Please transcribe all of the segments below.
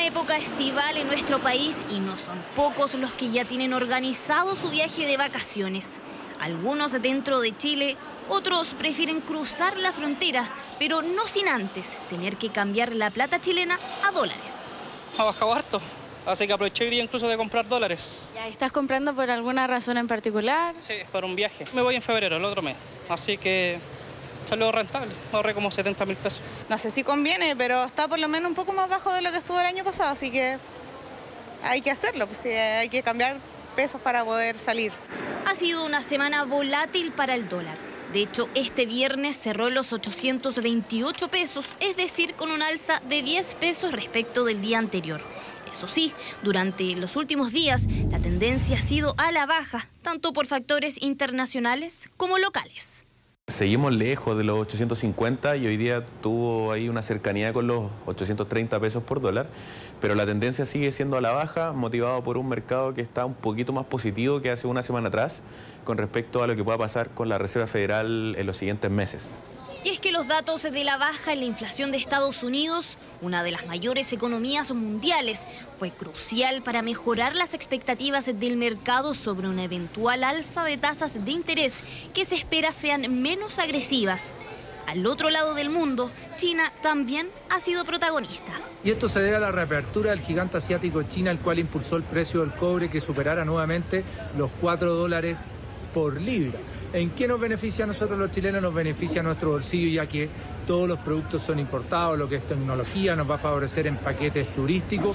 época estival en nuestro país y no son pocos los que ya tienen organizado su viaje de vacaciones. Algunos dentro de Chile, otros prefieren cruzar la frontera, pero no sin antes tener que cambiar la plata chilena a dólares. Ha bajado harto, así que aproveché hoy día incluso de comprar dólares. ¿Ya estás comprando por alguna razón en particular? Sí, para un viaje. Me voy en febrero, el otro mes, así que salió rentable, ahorré como 70.000 pesos. No sé si conviene, pero está por lo menos un poco más bajo de lo que estuvo el año pasado, así que hay que hacerlo, pues sí, hay que cambiar pesos para poder salir. Ha sido una semana volátil para el dólar. De hecho, este viernes cerró los 828 pesos, es decir, con un alza de 10 pesos respecto del día anterior. Eso sí, durante los últimos días, la tendencia ha sido a la baja, tanto por factores internacionales como locales. Seguimos lejos de los 850 y hoy día tuvo ahí una cercanía con los 830 pesos por dólar, pero la tendencia sigue siendo a la baja, motivado por un mercado que está un poquito más positivo que hace una semana atrás con respecto a lo que pueda pasar con la Reserva Federal en los siguientes meses. Y es que los datos de la baja en la inflación de Estados Unidos, una de las mayores economías mundiales, fue crucial para mejorar las expectativas del mercado sobre una eventual alza de tasas de interés que se espera sean menos agresivas. Al otro lado del mundo, China también ha sido protagonista. Y esto se debe a la reapertura del gigante asiático China, el cual impulsó el precio del cobre que superara nuevamente los $4 por libra. ¿En qué nos beneficia a nosotros los chilenos? Nos beneficia a nuestro bolsillo, ya que todos los productos son importados, lo que es tecnología, nos va a favorecer en paquetes turísticos.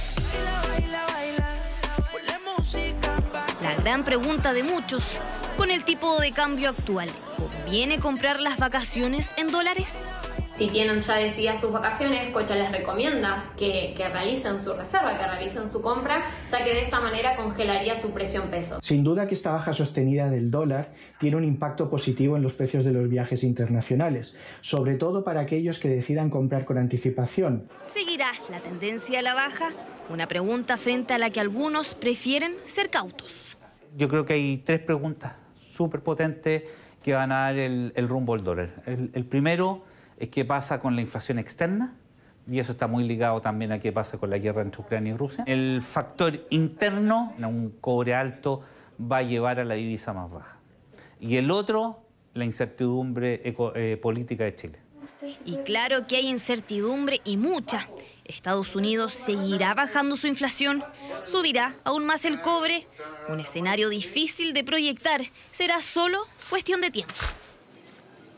La gran pregunta de muchos, con el tipo de cambio actual, ¿conviene comprar las vacaciones en dólares? Si tienen ya decididas sus vacaciones, Cocha les recomienda que realicen su reserva, que realicen su compra, ya que de esta manera congelaría su precio en pesos. Sin duda que esta baja sostenida del dólar tiene un impacto positivo en los precios de los viajes internacionales, sobre todo para aquellos que decidan comprar con anticipación. ¿Seguirá la tendencia a la baja? Una pregunta frente a la que algunos prefieren ser cautos. Yo creo que hay tres preguntas súper potentes que van a dar el rumbo al dólar. El primero es qué pasa con la inflación externa, y eso está muy ligado también a qué pasa con la guerra entre Ucrania y Rusia. El factor interno, un cobre alto, va a llevar a la divisa más baja. Y el otro, la incertidumbre política de Chile. Y claro que hay incertidumbre y mucha. Estados Unidos seguirá bajando su inflación, subirá aún más el cobre. Un escenario difícil de proyectar, será solo cuestión de tiempo.